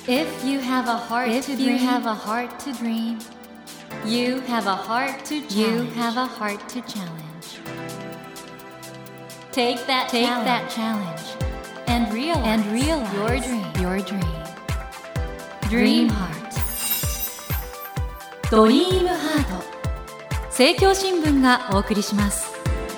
If you have a heart to dream, you have a heart to dream. You have a heart to challenge. You have a heart to challenge. Take that challenge and realize your dream. Your dream. Dream Heart. ドリームハート。政教新聞がお送りします。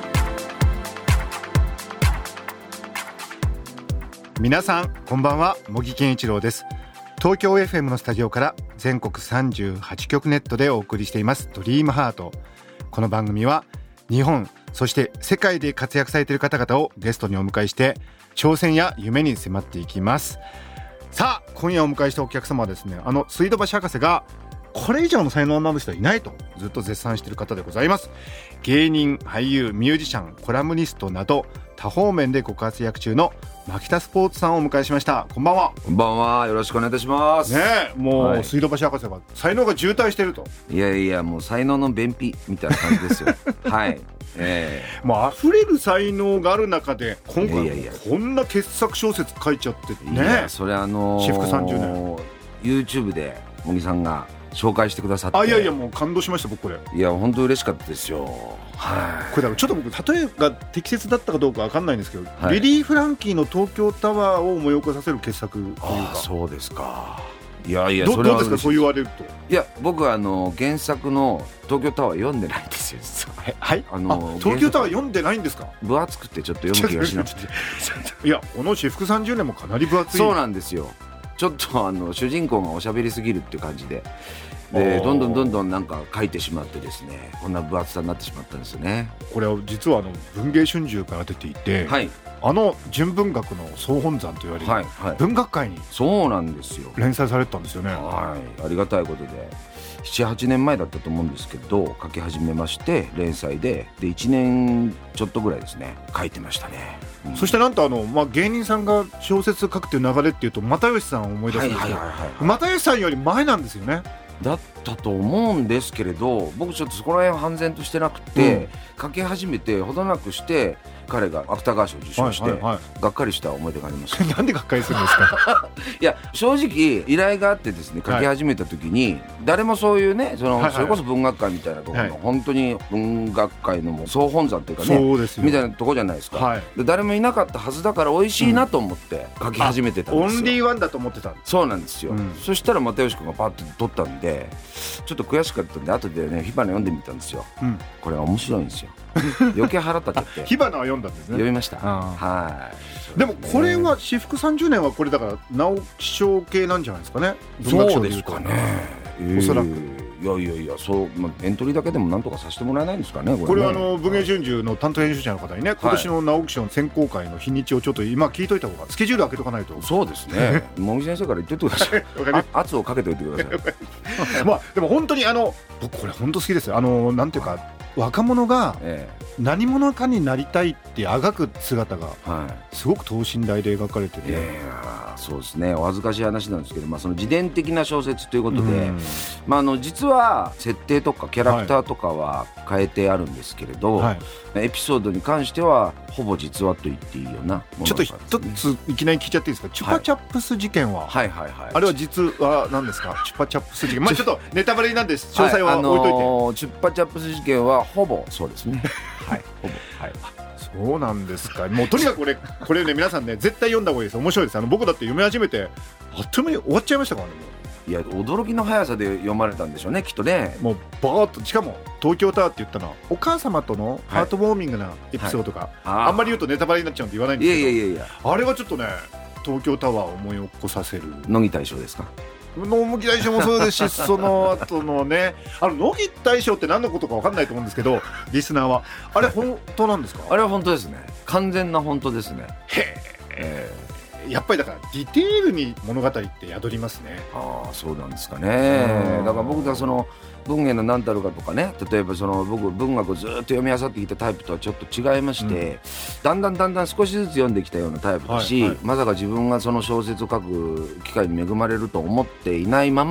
皆さんこんばんは、茂木健一郎です。東京 FM のスタジオから全国38局ネットでお送りしていますドリームハート。この番組は日本そして世界で活躍されている方々をゲストにお迎えして挑戦や夢に迫っていきます。さあ今夜お迎えしたお客様はですね、水道橋博士がこれ以上の才能のある人はいないとずっと絶賛している方でございます。芸人、俳優、ミュージシャン、コラムニストなど多方面でご活躍中の牧田スポーツさんをお迎えしました。こんばんは。 こんばんは、よろしくお願いいたしますね。もう水道橋博士が才能が渋滞していると。 いやいや、もう才能の便秘みたいな感じですよはい、 もう溢れる才能がある中で今回こんな傑作小説書いちゃってね。 いやそれ私服30年 YouTube で茂木さんが紹介してくださって、 いやもう感動しました僕これ。 いや本当嬉しかったですよ。 これだからちょっと僕例えが適切だったかどうか分かんないんですけど、リリー・フランキーの東京タワーを思い起こさせる傑作というか。 そうですか。いやどうですかそう言われると。 いや僕は原作の東京タワー読んでないんですよ実は。 はい東京タワー読んでないんですか。 分厚くてちょっと読む気がしなくていやこの私服30年もかなり分厚い。 そうなんですよ。ちょっと主人公がおしゃべりすぎるっていう感じでどんどんなんか書いてしまってですね、こんな分厚さになってしまったんですよね。 これは実は文芸春秋から出ていて、はい、純文学の総本山と言われる、文学界にそうなんですよ連載されてたんですよね。 はい、ありがたいことで 7,8 年前だったと思うんですけど書き始めまして連載で1年ちょっとぐらいですね書いてましたね。 そしてなんと芸人さんが小説書くという流れっていうと又吉さんを思い出すんですけど、又吉さんより前なんですよね。 だったと思うんですけれど僕ちょっとそこら辺は判然としてなくて、書き始めてほどなくして彼が芥川賞を受賞して、がっかりした思い出がありましたなんでがっかりするんですかいや正直依頼があってですね書き始めた時に、誰もそういうねそれこそ文学界みたいなところの、本当に文学界の総本山っていうかねみたいなところじゃないですか、で誰もいなかったはずだから美味しいなと思って書き始めてたんですよ。 オンリーワンだと思ってたんです。 そうなんですよ、そしたら又吉君がパッと取ったんでちょっと悔しかったんで後でね火花読んでみたんですよ、これは面白いんですよ余計腹立てて火花は読んだんですね。 読みました。 でもこれは私服30年はこれだから直木賞系なんじゃないですかね。 そうですかね、 おそらく。 いやそう、エントリーだけでもなんとかさせてもらえないんですかね。 これは文芸春秋の担当編集者の方にね、今年の直木賞の選考会の日にちをちょっと今聞いといた方がスケジュール開けとかないと。 そうですね茂木先生から言っておいてください圧をかけておいてくださいでも本当に僕これ本当好きですよ。なんていうか若者が何者かになりたいってあがく姿がすごく等身大で描かれてて、 そうですね。お恥ずかしい話なんですけど、その自伝的な小説ということで、実は設定とかキャラクターとかは変えてあるんですけれど、エピソードに関してはほぼ実話と言っていいようなもの。 ちょっと一ついきなり聞いちゃっていいですか。チュパチャップス事件は、あれは実話なんですか。チュパチャップス事件、ちょっとネタバレなんで詳細は置いといて。 チュパチャップス事件はほぼそうですねほぼそうなんですか。もうとにかくこれね皆さんね絶対読んだ方がいいです。面白いです。僕だって読み始めてあっという間に終わっちゃいましたからね。 いや驚きの速さで読まれたんでしょうねきっとね。 もうバーッと、しかも東京タワーって言ったのはお母様とのハートウォーミングなエピソードが、あんまり言うとネタバレになっちゃうんで言わないんですけど、あれはちょっとね東京タワーを思い起こさせる。 乃木大将ですか。 乃木大将もそうですしその後のね乃木大将って何のことか分かんないと思うんですけどリスナーはあれ本当なんですか。 あれは本当ですね。完全な本当ですね。 やっぱりだからディテールに物語って宿りますね。 そうなんですかね。だから僕がその文芸の何たるかとかね、例えば僕文学をずっと読み漁ってきたタイプとはちょっと違いまして、だんだん少しずつ読んできたようなタイプだし、まさか自分がその小説を書く機会に恵まれると思っていないまま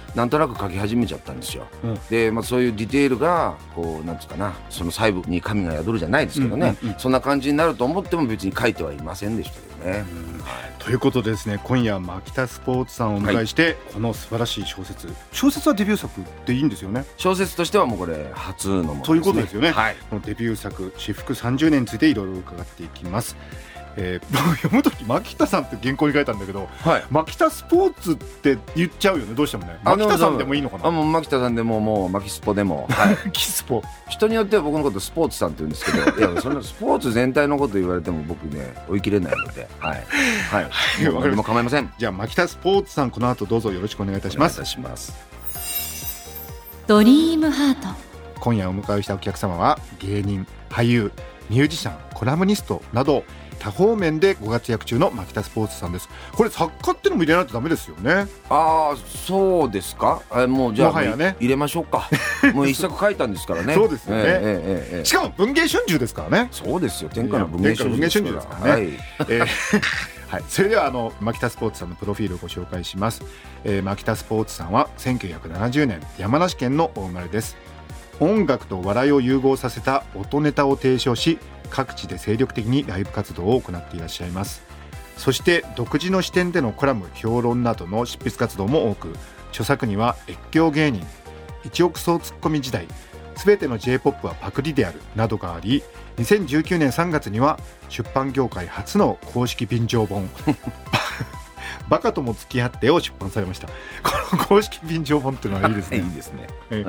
なんとなく書き始めちゃったんですよ、で、そういうディテールがこうなんつうかな、その細部に神が宿るじゃないですけどね、そんな感じになると思っても別に書いてはいませんでしたけどね、 ということでですね、今夜牧田スポーツさんをお迎えして、この素晴らしい小説はデビュー作でいいんですよね。 小説としてはもうこれ初のものですね。 ということですよね、 はい、 このデビュー作至福30年についていろいろ伺っていきます。読むとき牧田さんって原稿に書いたんだけど、牧田スポーツって言っちゃうよね、どうしてもね。牧田さんでもいいのかな。 もう牧田さんでももう牧スポでも、 牧スポ、 人によっては僕のことスポーツさんって言うんですけどいやそのスポーツ全体のこと言われても僕ね追い切れないので、もう何も構いません。 じゃあ牧田スポーツさん、この後どうぞよろしくお願いいたします。 お願いいたします。 ドリームハート。 今夜お迎えしたお客様は芸人、俳優、ミュージシャン、コラムニストなど多方面でご活躍中の牧田スポーツさんです。これ作家ってのも入れないとダメですよね。 そうですか。もうじゃあもはやね入れましょうかもう一作書いたんですからねそうですよね、しかも文藝春秋ですからね。 そうですよ、天下の文藝春秋ですからね。 それでは牧田スポーツさんのプロフィールをご紹介します。牧田スポーツさんは1970年山梨県のお生まれです。音楽と笑いを融合させた音ネタを提唱し、各地で精力的にライブ活動を行っていらっしゃいます。そして独自の視点でのコラム、評論などの執筆活動も多く、著作には越境芸人、一億総ツッコミ時代、すべての J-POP はパクリであるなどがあり、2019年3月には出版業界初の公式便乗本バカとも付き合ってを出版されました。この公式便乗本っていうのはいいですね。 いいです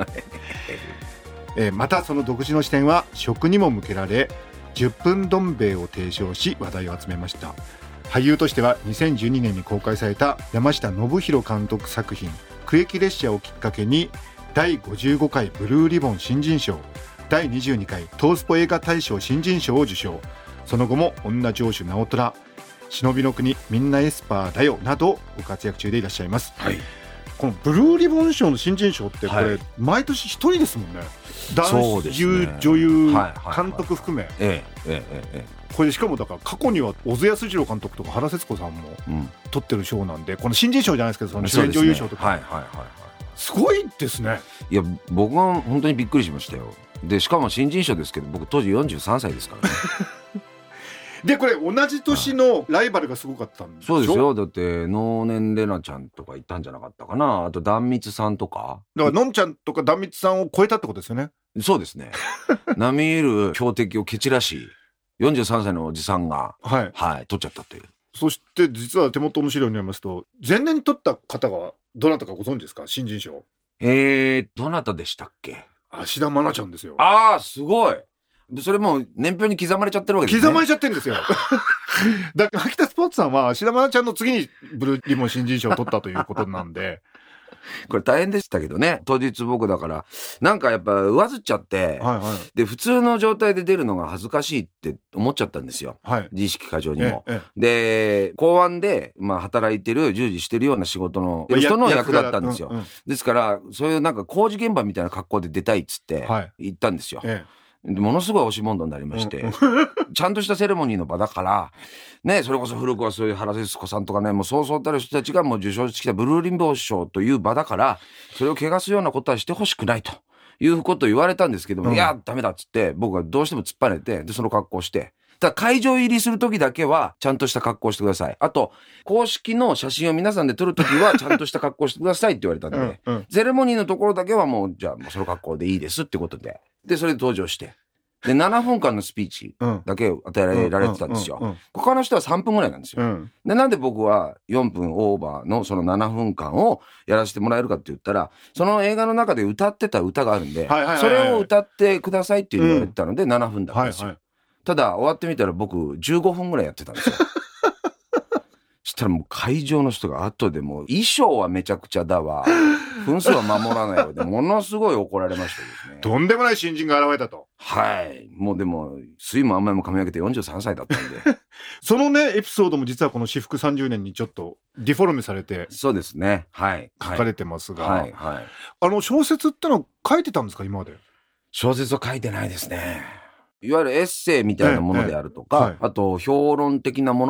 ねまたその独自の視点は食にも向けられ、10分どん兵衛を提唱し話題を集めました。俳優としては2012年に公開された山下信弘監督作品区域列車をきっかけに第55回ブルーリボン新人賞、第22回トースポ映画大賞新人賞を受賞。その後も女城主直虎、忍びの国みんなエスパーだよなどご活躍中でいらっしゃいます。このブルーリボン賞の新人賞ってこれ、毎年一人ですもんね。男優、女優、監督含め、これしかもだから過去には小津安二郎監督とか原節子さんも取ってる賞なんで、この新人賞じゃないですけど、その主演女優賞とかすごいですね。 いや僕は本当にびっくりしましたよ。でしかも新人賞ですけど、僕当時43歳ですからねでこれ同じ年のライバルがすごかったんでしょ。 そうですよ。だって能年玲奈ちゃんとかいたんじゃなかったかな。あと壇蜜さんとか、 だからのんちゃんとか壇蜜さんを超えたってことですよね。 そうですね並みいる標的を蹴散らし43歳のおじさんが取っちゃったという。 そして実は手元の資料によりますと、前年に取った方がどなたかご存知ですか、新人賞。 どなたでしたっけ。 芦田愛菜ちゃんですよ。 すごい。それもう年表に刻まれちゃってるわけですね。 刻まれちゃってるんですよだから牧田スポーツさんは芦田愛菜ちゃんの次にブルーリボン新人賞を取ったということなんでこれ大変でしたけどね。当日僕だからなんかやっぱ上ずっちゃって、で普通の状態で出るのが恥ずかしいって思っちゃったんですよ、自意識過剰にも。で公安で、働いてる従事してるような仕事の人の役だったんですよ、ですからそういうなんか工事現場みたいな格好で出たいっつって言ったんですよ、ものすごい押し問答になりましてちゃんとしたセレモニーの場だからね、それこそ古くはそういう原節子さんとかね、もうそうそうたる人たちがもう受賞してきたブルーリンボー賞という場だから、それを汚すようなことはしてほしくないということを言われたんですけども、いやダメだっつって僕はどうしても突っぱねて、でその格好をして、ただ会場入りする時だけはちゃんとした格好をしてください。あと公式の写真を皆さんで撮る時はちゃんとした格好をしてくださいって言われたんでセレモニーのところだけはもうじゃあもうその格好でいいですってことで、それで登場して、で7分間のスピーチだけ与えられてたんですよ。他の人は3分ぐらいなんですよ、でなんで僕は4分オーバーのその7分間をやらせてもらえるかって言ったら、その映画の中で歌ってた歌があるんで、それを歌ってくださいって言われてたので7分だったんですよ、ただ終わってみたら僕15分ぐらいやってたんですよそしたらもう会場の人が後でもう衣装はめちゃくちゃだわ、分数は守らないわでものすごい怒られましたですね。 とんでもない新人が現れたと。 もうでも酸いも甘いも噛み上げて43歳だったんでそのねエピソードも実はこの至福30年にちょっとディフォルメされて、 そうですね、 書かれてますが、小説っての書いてたんですか今まで。 小説は書いてないですね。いわゆるエッセイみたいなものであるとか、あと評論的なもの、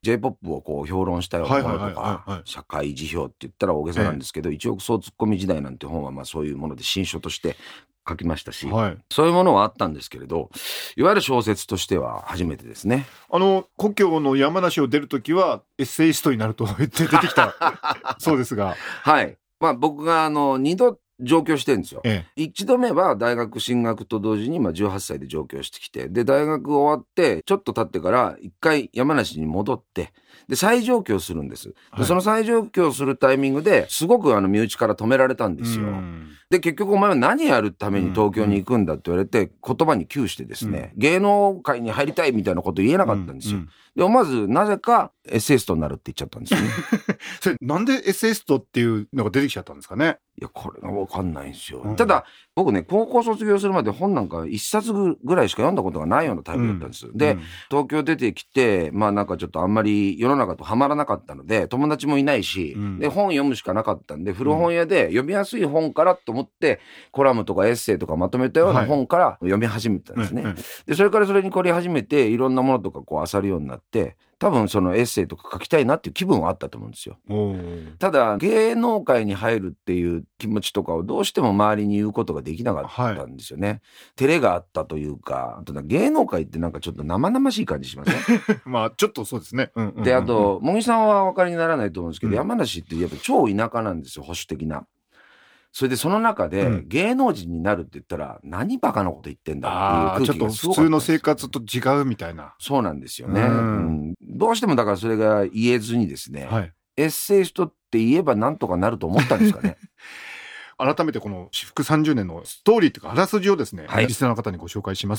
J-POP をこう評論したようなものとか、社会辞表って言ったら大げさなんですけど、一億総ツッコミ時代なんて本はまあそういうもので新書として書きましたし、そういうものはあったんですけれど、いわゆる小説としては初めてですね。 故郷の山梨を出るときはエッセイストになると言って出てきたそうですが、 はい、まあ、僕が2度上京してるんですよ。1度目は大学進学と同時に18歳で上京してきて、で大学終わってちょっと経ってから一回山梨に戻って、で再上京するんです。でその再上京するタイミングですごく身内から止められたんですよ。で結局お前は何やるために東京に行くんだって言われて、言葉に窮してですね、芸能界に入りたいみたいなこと言えなかったんですよ。で思わずなぜかエッセイストになるって言っちゃったんですよねそれなんでエッセイストっていうのが出てきちゃったんですかね。 いやこれが分かんないんですよ。ただ僕ね、高校卒業するまで本なんか一冊ぐらいしか読んだことがないようなタイプだったんです。で東京出てきて、まあなんかちょっとあんまり世の中とはまらなかったので、友達もいないし、で本読むしかなかったんで、古本屋で読みやすい本からと思ってコラムとかエッセイとかまとめたような本から読み始めたんですね。でそれからそれに凝り始めて、いろんなものとかこう漁るようになって、多分そのエッセイとか書きたいなっていう気分はあったと思うんですよ。ただ芸能界に入るっていう気持ちとかをどうしても周りに言うことができなかったんですよね。照れがあったというか、あと芸能界ってなんかちょっと生々しい感じしませんまあちょっとそうですね。 であと茂木さんはお分かりにならないと思うんですけど、山梨ってやっぱ超田舎なんですよ、保守的な。それでその中で芸能人になるって言ったら何バカなこと言ってんだっていう空気がすごかったんですよ。ちょっと普通の生活と違うみたいな。 そうなんですよね。どうしてもだからそれが言えずにですね、エッセイストって言えばなんとかなると思ったんですかね改めてこの至福30年のストーリーというかあらすじをですね、リスナーの方にご紹介します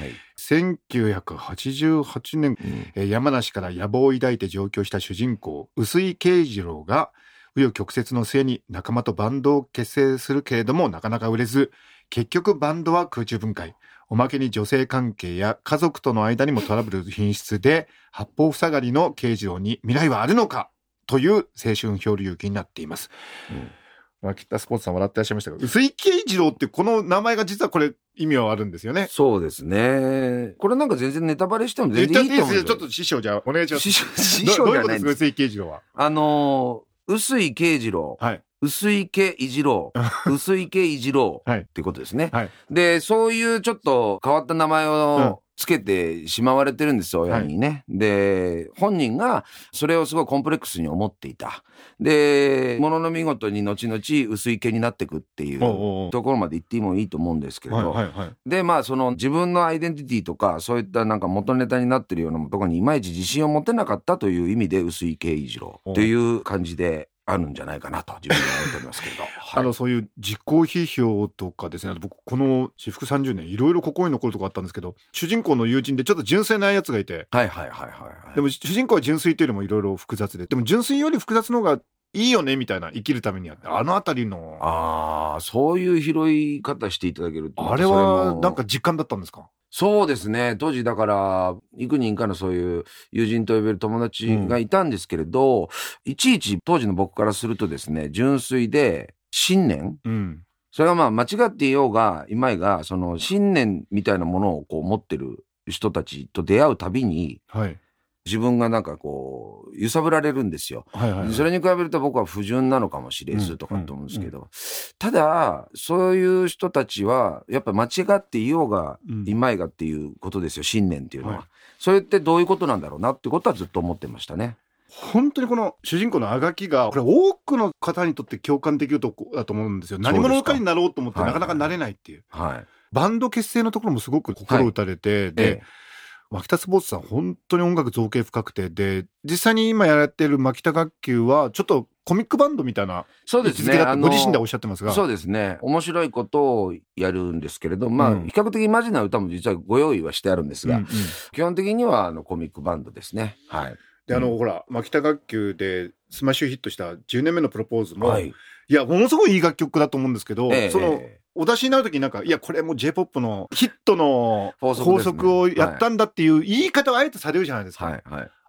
。1988年、山梨から野望を抱いて上京した主人公臼井慶次郎が紆余曲折の末に仲間とバンドを結成するけれどもなかなか売れず、結局バンドは空中分解、おまけに女性関係や家族との間にもトラブル頻出で、八方塞がりの慶次郎に未来はあるのかという青春漂流記になっています。秋田スポーツさん笑ってらっしゃいましたが、臼井慶次郎ってこの名前が実はこれ意味はあるんですよね。 そうですね。これなんか全然ネタバレしても全然いいと思うんですよ。 ちょっと師匠じゃあお願いします。 師匠じゃないんです。 臼井慶次郎は臼井慶次郎、臼井家いじろう、臼井家いじろうっていうことですね。でそういうちょっと変わった名前をつけてしまわれてるんですよ、親にね。で本人がそれをすごいコンプレックスに思っていた。でものの見事に後々臼井家になっていくっていうところまで言ってもいいと思うんですけれど、でまあその自分のアイデンティティとかそういったなんか元ネタになってるようなところにいまいち自信を持てなかったという意味で臼井家いじろうという感じであるんじゃないかなと自分で思っておりますけどそういう自己批評とかですね、僕この至福30年いろいろ心に残るとこあったんですけど、主人公の友人でちょっと純粋なやつがいて、でも主人公は純粋というよりもいろいろ複雑で、でも純粋より複雑の方がいいよねみたいな、生きるためにはあのあたりのそういう拾い方していただけると、 あれはなんか実感だったんですか？ そうですね。当時だから幾人かのそういう友人と呼べる友達がいたんですけれど、いちいち当時の僕からするとですね、純粋で信念、それがまあ間違っていようがいまいが、その信念みたいなものをこう持ってる人たちと出会うたびに、自分がなんかこう揺さぶられるんですよ。それに比べると僕は不純なのかもしれずとかと思うんですけど、ただそういう人たちはやっぱ間違っていようがいまいがっていうことですよ、信念っていうのは。それってどういうことなんだろうなってことはずっと思ってましたね。 本当にこの主人公のあがきがこれ多くの方にとって共感できるとこだと思うんですよ。何者かになろうと思ってなかなかなれないっていう、バンド結成のところもすごく心打たれて、で牧田スポーツさん本当に音楽造形深くて、で実際に今やってる牧田学級はちょっとコミックバンドみたいな位置づけだってご自身でおっしゃってますが、 そうですね、面白いことをやるんですけれど、まあ比較的マジな歌も実はご用意はしてあるんですが、基本的にはコミックバンドですね。 でほら牧田学級でスマッシュヒットした10年目のプロポーズも、いやものすごいいい楽曲だと思うんですけど、そのお出しになるときになんか、いやこれも J-POP のヒットの法則をやったんだっていう言い方をあえてされるじゃないですか。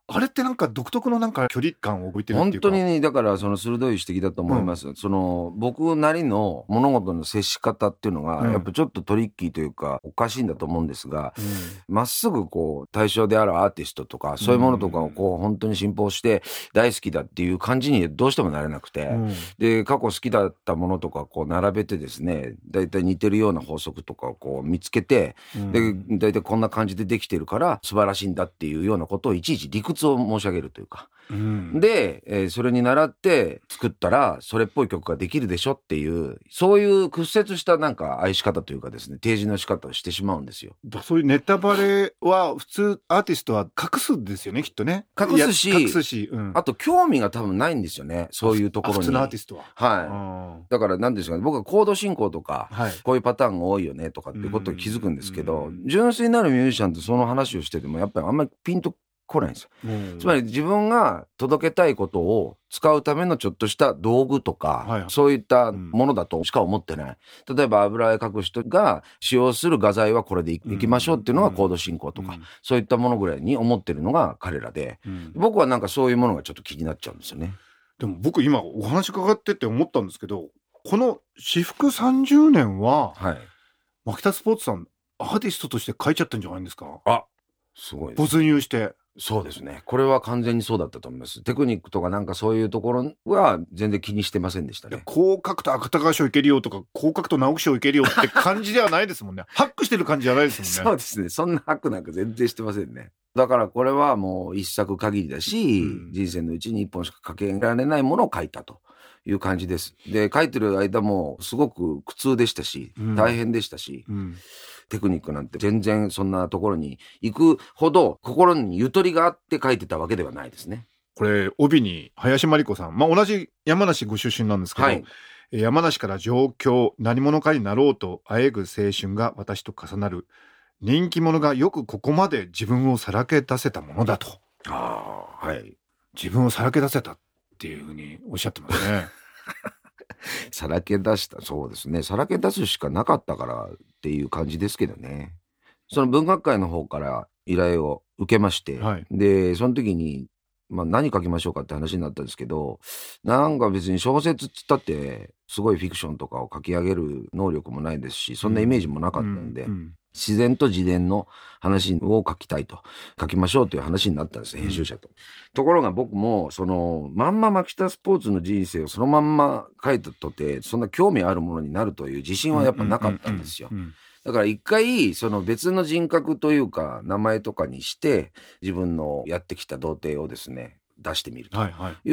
あれってなんか独特のなんか距離感を覚えてるっていうか、 本当にだからその鋭い指摘だと思います、その僕なりの物事の接し方っていうのがやっぱちょっとトリッキーというかおかしいんだと思うんですが、まっすぐこう対象であるアーティストとかそういうものとかをこう本当に信奉して大好きだっていう感じにどうしてもなれなくて、で過去好きだったものとかこう並べてですね、だいたい似てるような法則とかをこう見つけて、でだいたいこんな感じでできてるから素晴らしいんだっていうようなことをいちいち理屈を申し上げるというか、で、それに倣って作ったらそれっぽい曲ができるでしょっていう、そういう屈折したなんか愛し方というかですね、提示の仕方をしてしまうんですよ。 そういうネタバレは普通アーティストは隠すんですよね、きっとね。 隠すし、あと興味が多分ないんですよね、そういうところに。 普通のアーティストは。 はい。だから何ですかね、僕はコード進行とか、こういうパターンが多いよねとかっていうことを気づくんですけど、純粋なるミュージシャンとその話をしててもやっぱりあんまりピンと来ないんですよ。つまり自分が届けたいことを使うためのちょっとした道具とか、そういったものだとしか思ってない。例えば油絵描く人が使用する画材はこれでいきましょうっていうのがコード進行とか、そういったものぐらいに思ってるのが彼らで、僕はなんかそういうものがちょっと気になっちゃうんですよね。 でも僕今お話伺ってて思ったんですけど、この至福30年は、牧田スポーツさんアーティストとして書いちゃったんじゃないんですか。 あ、すごいです。 没入して。 そうですね、これは完全にそうだったと思います。テクニックとかなんかそういうところは全然気にしてませんでしたね。 こう書くと芥川賞いけるよとか、こう書くと直木賞いけるよって感じではないですもんね。ハックしてる感じじゃないですもんね。 そうですね、そんなハックなんか全然してませんね。だからこれはもう一作限りだし、人生のうちに一本しか書けられないものを書いたという感じです。で書いてる間もすごく苦痛でしたし、大変でしたし、テクニックなんて全然そんなところに行くほど心にゆとりがあって書いてたわけではないですね。 これ帯に林真理子さん、同じ山梨ご出身なんですけど、山梨から上京、何者かになろうとあえぐ青春が私と重なる、人気者がよくここまで自分をさらけ出せたものだと。自分をさらけ出せたっていうふうにおっしゃってますね。 さらけ出した、そうですね、さらけ出すしかなかったからっていう感じですけどね。その文学界の方から依頼を受けまして、でその時に、何書きましょうかって話になったんですけど、なんか別に小説っつったってすごいフィクションとかを書き上げる能力もないですし、そんなイメージもなかったんで、自然と自伝の話を書きたいと、書きましょうという話になったんです、編集者と。ところが僕もそのまんま牧田スポーツの人生をそのまんま書いたとて、そんな興味あるものになるという自信はやっぱなかったんですよ。だから一回その別の人格というか名前とかにして自分のやってきた童貞をですね出してみるという、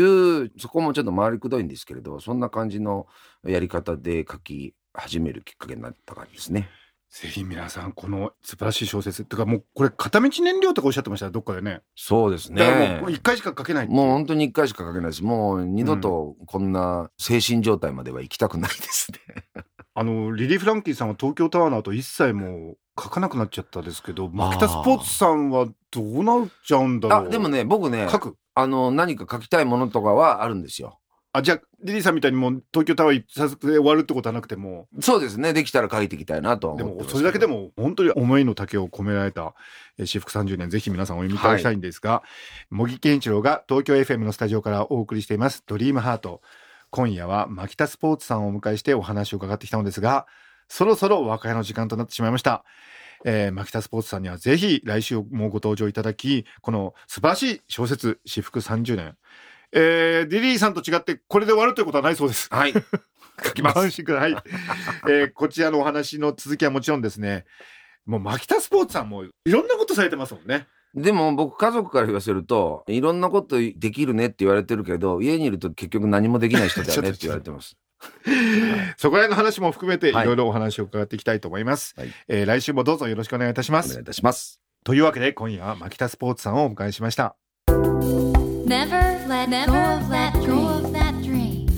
そこもちょっと回りくどいんですけれど、そんな感じのやり方で書き始めるきっかけになった感じですね。 ぜひ皆さんこの素晴らしい小説とか、もうこれ片道燃料とかおっしゃってましたどっかでね。 そうですね。 だからもう1回しか書けない。 もう本当に1回しか書けないです。もう二度とこんな精神状態までは行きたくないですね。 リリー・フランキーさんは東京タワーの後一切もう書かなくなっちゃったですけど、牧田スポーツさんはどうなっちゃうんだろう。 でもね、僕ね、 書く何か書きたいものとかはあるんですよ。 じゃあリリーさんみたいにもう東京タワー一冊で終わるってことはなくても。 そうですね、できたら書いていきたいなとは思ってます。 でもそれだけでも本当に思いの丈を込められた至福30年、ぜひ皆さんお読みいただきたいんですが、茂木健一郎が東京 FM のスタジオからお送りしていますドリームハート。今夜は牧田スポーツさんをお迎えしてお話を伺ってきたのですが、そろそろお別れの時間となってしまいました。牧田スポーツさんにはぜひ来週もご登場いただき、この素晴らしい小説至福30年、リリーさんと違ってこれで終わるということはないそうです。 はい書きます。 安心ください。こちらのお話の続きはもちろんですね、もう牧田スポーツさんもいろんなことされてますもんね。 でも僕家族から言わせるといろんなことできるねって言われてるけど、家にいると結局何もできない人だよねって言われてます。 そこら辺の話も含めていろいろお話を伺っていきたいと思います。来週もどうぞよろしくお願いいたします。 お願いいたします。 というわけで今夜は牧田スポーツさんをお迎えしました。 Never let go of that dream.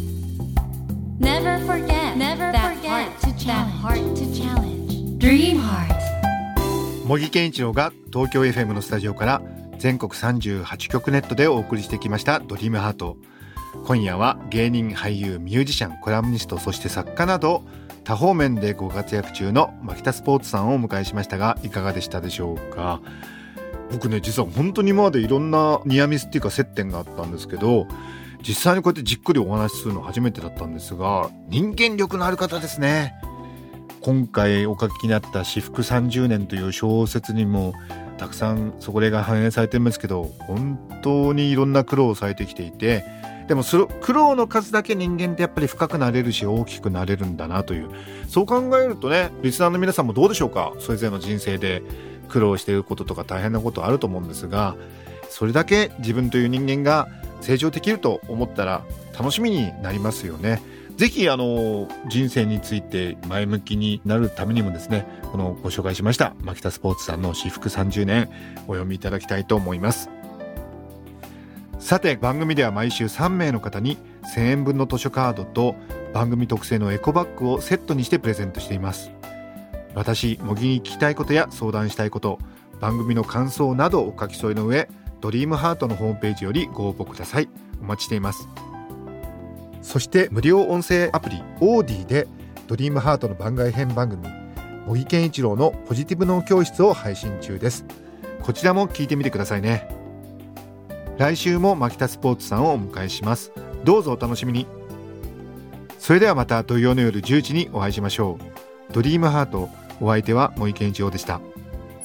Never forget that heart to challenge. Dream Heart. 茂木健一郎が東京 FM のスタジオから全国38局ネットでお送りしてきましたドリームハート。今夜は芸人、俳優、ミュージシャン、コラムニスト、そして作家など多方面でご活躍中の牧田スポーツさんをお迎えしましたが、いかがでしたでしょうか。 僕ね実は本当に今までいろんなニアミスっていうか接点があったんですけど、実際にこうやってじっくりお話しするの初めてだったんですが、人間力のある方ですね。今回お書きになった至福30年という小説にもたくさんそこが反映されてるんですけど、本当にいろんな苦労をされてきていて、でもその苦労の数だけ人間ってやっぱり深くなれるし大きくなれるんだなという、そう考えるとね、リスナーの皆さんもどうでしょうか。それぞれの人生で苦労していることとか大変なことあると思うんですが、それだけ自分という人間が成長できると思ったら楽しみになりますよね。ぜひ人生について前向きになるためにもですね、このご紹介しましたマキタスポーツさんの至福30年お読みいただきたいと思います。さて番組では毎週3名の方に1000円分の図書カードと番組特製のエコバッグをセットにしてプレゼントしています。私茂木に聞きたいことや相談したいこと、番組の感想などお書き添えの上、ドリームハートのホームページよりご応募ください。お待ちしています。そして無料音声アプリオーディでドリームハートの番外編番組茂木健一郎のポジティブ脳教室を配信中です。こちらも聞いてみてくださいね。来週もマキタスポーツさんをお迎えします。どうぞお楽しみに。それではまた土曜の夜10時にお会いしましょう。ドリームハート、お相手は茂木健一郎でした。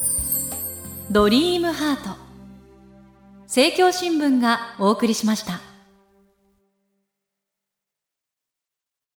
ドリームハート、政教新聞がお送りしました。